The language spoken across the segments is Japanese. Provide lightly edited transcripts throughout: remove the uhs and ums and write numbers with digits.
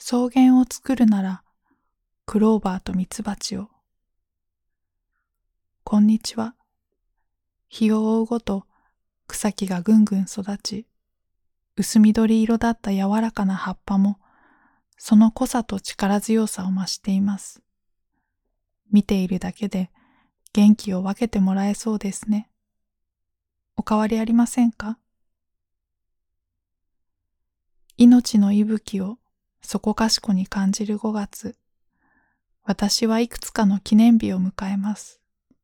草原を作るならクローバーとミツバチを。こんにちは。日を追うごと草木がぐんぐん育ち、薄緑色だった柔らかな葉っぱもその濃さと力強さを増しています。見ているだけで元気を分けてもらえそうですね。お変わりありませんか？命の息吹をそこかしこに感じる5月、私はいくつかの記念日を迎えます。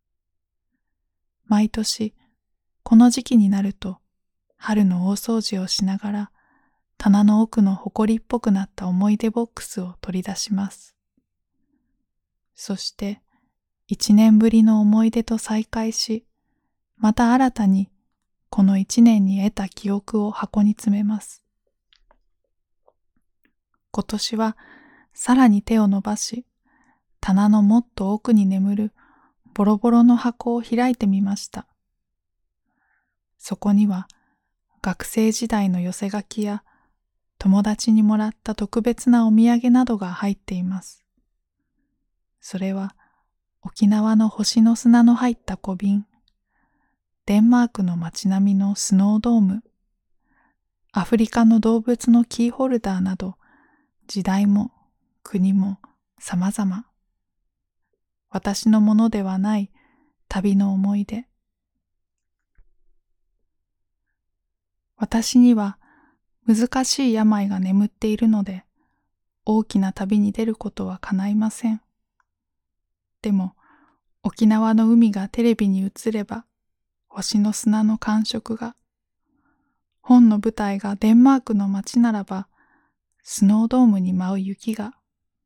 毎年、この時期になると、春の大掃除をしながら、棚の奥の埃っぽくなった思い出ボックスを取り出します。そして、1年ぶりの思い出と再会し、また新たにこの1年に得た記憶を箱に詰めます。今年はさらに手を伸ばし、棚のもっと奥に眠るボロボロの箱を開いてみました。そこには学生時代の寄せ書きや友達にもらった特別なお土産などが入っています。それは沖縄の星の砂の入った小瓶、デンマークの街並みのスノードーム、アフリカの動物のキーホルダーなど、時代も国も様々。私のものではない旅の思い出。私には難しい病が眠っているので、大きな旅に出ることは叶いません。でも、沖縄の海がテレビに映れば、星の砂の感触が、本の舞台がデンマークの街ならば、スノードームに舞う雪が、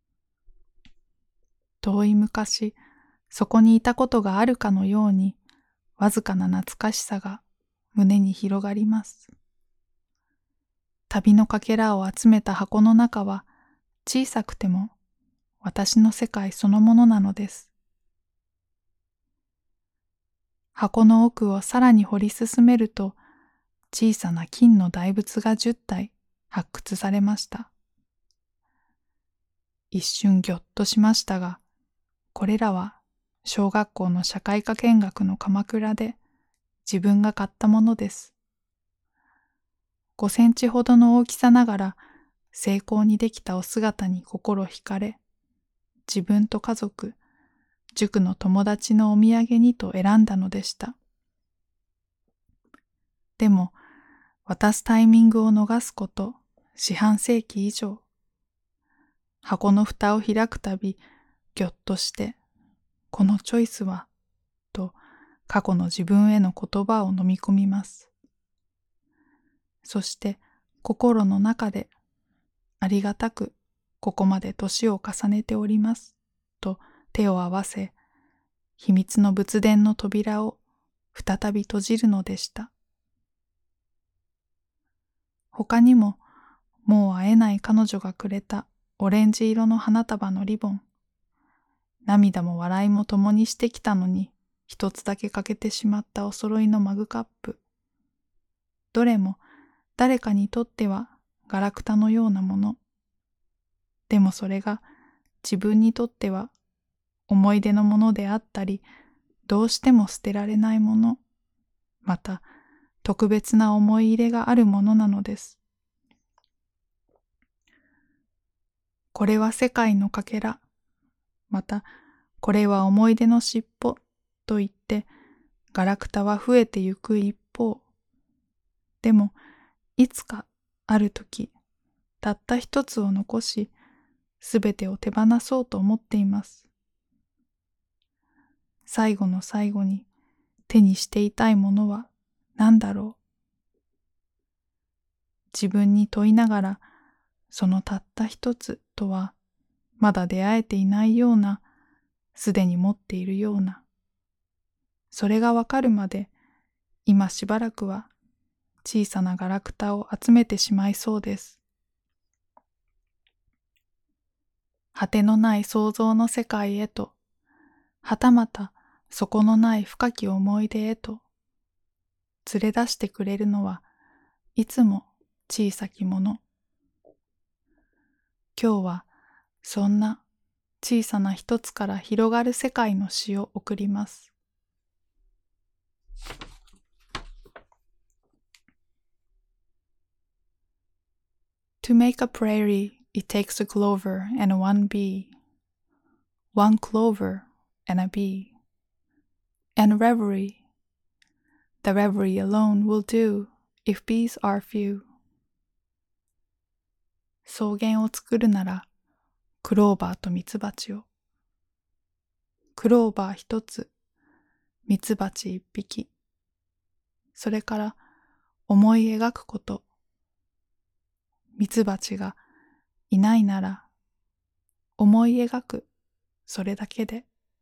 遠い昔、そこにいたことがあるかのように、わずかな懐かしさが胸に広がります。旅のかけらを集めた箱の中は、小さくても私の世界そのものなのです。箱の奥をさらに掘り進めると、小さな金の大仏が10体発掘されました。一瞬ぎょっとしましたが、これらは小学校の社会科見学の鎌倉で自分が買ったものです。5センチほどの大きさながら精巧にできたお姿に心惹かれ、自分と家族、塾の友達のお土産にと選んだのでした。でも、渡すタイミングを逃すこと四半世紀以上。箱の蓋を開くたび、ぎょっとして、このチョイスは、と過去の自分への言葉を飲み込みます。そして心の中で、ありがたくここまで年を重ねております、と手を合わせ、秘密の仏殿の扉を再び閉じるのでした。他にも、もう会えない彼女がくれたオレンジ色の花束のリボン。涙も笑いも共にしてきたのに、一つだけ欠けてしまったお揃いのマグカップ。どれも誰かにとってはガラクタのようなもの。でもそれが自分にとっては思い出のものであったり、どうしても捨てられないもの。また特別な思い入れがあるものなのです。これは世界のかけら。また、これは思い出の尻尾と言って、ガラクタは増えてゆく一方。でも、いつか、ある時、たった一つを残し、すべてを手放そうと思っています。最後の最後に手にしていたいものは何だろう。自分に問いながら、そのたった一つとは、まだ出会えていないような、すでに持っているような。それがわかるまで、今しばらくは小さなガラクタを集めてしまいそうです。果てのない想像の世界へと、はたまた底のない深き思い出へと、連れ出してくれるのはいつも小さきもの。 今日はそんな小さな一つから広がる世界の詩を送ります。To make a prairie, it takes a clover and one bee, one clover and a bee, and reverie. The reverie alone will do if bees are few. 草原を作るならクローバーとミツバチを。クローバー一つ、ミツバチ一匹。それから思い描くこと。ミツバチがいないなら思い描く、それだけで。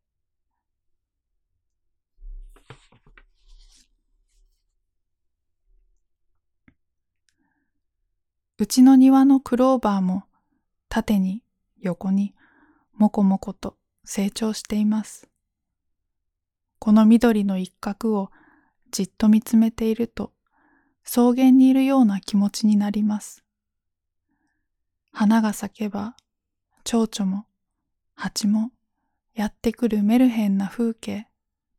うちの庭のクローバーも縦に横にもこもこと成長しています。この緑の一角をじっと見つめていると草原にいるような気持ちになります。花が咲けば蝶々も蜂もやってくるメルヘンな風景。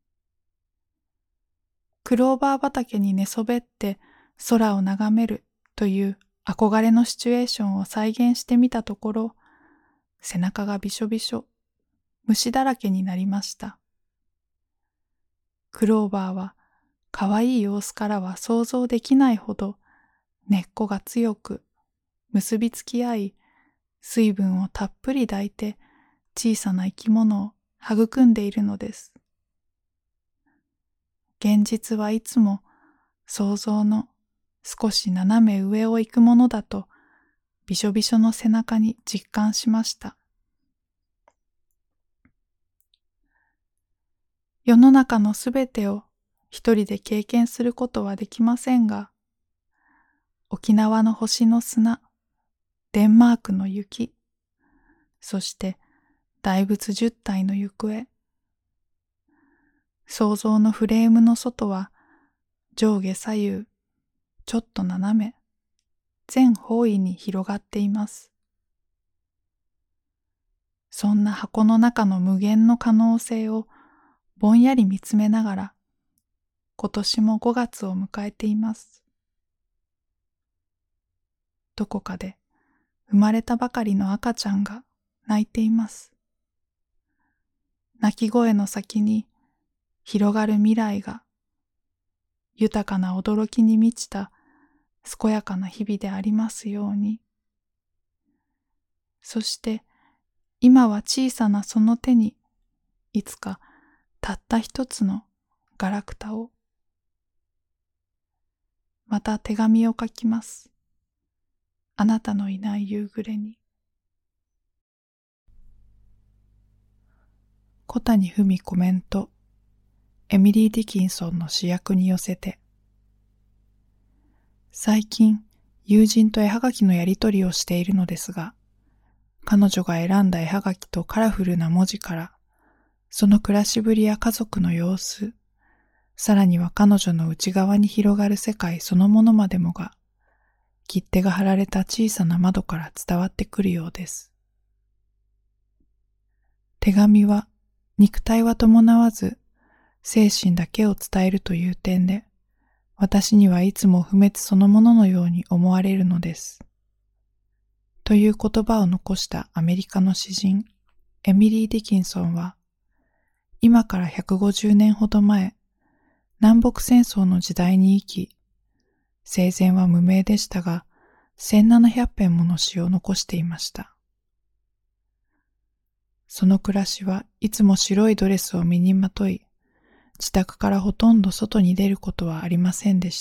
クローバー畑に寝そべって空を眺めるという憧れのシチュエーションを再現してみたところ、背中がびしょびしょ、虫だらけになりました。クローバーは可愛い様子からは想像できないほど根っこが強く結びつき合い、水分をたっぷり抱いて小さな生き物を育んでいるのです。現実はいつも想像の少し斜め上を行くものだとびしょびしょの背中に実感しました。世の中のすべてを一人で経験することはできませんが、沖縄の星の砂、デンマークの雪、そして大仏10体の行方、想像のフレームの外は上下左右、ちょっと斜め、全方位に広がっています。そんな箱の中の無限の可能性をぼんやり見つめながら、今年も5月を迎えています。どこかで生まれたばかりの赤ちゃんが泣いています。泣き声の先に広がる未来が、豊かな驚きに満ちた健やかな日々でありますように。そして今は小さなその手にいつかたった一つのガラクタを。また手紙を書きます。あなたのいない夕暮れに。小谷文コメント。エミリー・ディキンソンの詩訳に寄せて。最近、友人と絵はがきのやり取りをしているのですが、彼女が選んだ絵はがきとカラフルな文字から、その暮らしぶりや家族の様子、さらには彼女の内側に広がる世界そのものまでもが、切手が貼られた小さな窓から伝わってくるようです。手紙は肉体は伴わず、精神だけを伝えるという点で、私にはいつも不滅そのもののように思われるのです。という言葉を残したアメリカの詩人、エミリー・ディキンソンは、今から150年ほど前、南北戦争の時代に生き、生前は無名でしたが、1700編もの詩を残していました。その暮らしはいつも白いドレスを身にまとい、自宅からほとんど外に出ることはありませんでした。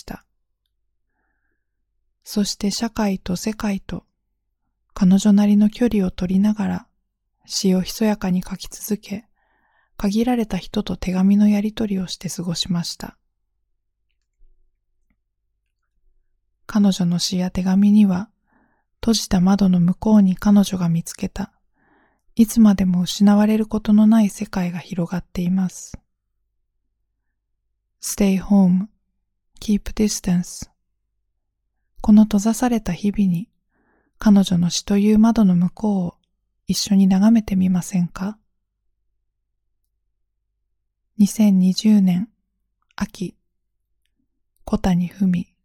そして社会と世界と彼女なりの距離を取りながら詩をひそやかに書き続け、限られた人と手紙のやり取りをして過ごしました。彼女の詩や手紙には、閉じた窓の向こうに彼女が見つけた、いつまでも失われることのない世界が広がっています。Stay home, keep distance。この閉ざされた日々に、 彼女の死という窓の向こうを一緒に眺めてみませんか。2020年秋、小谷文。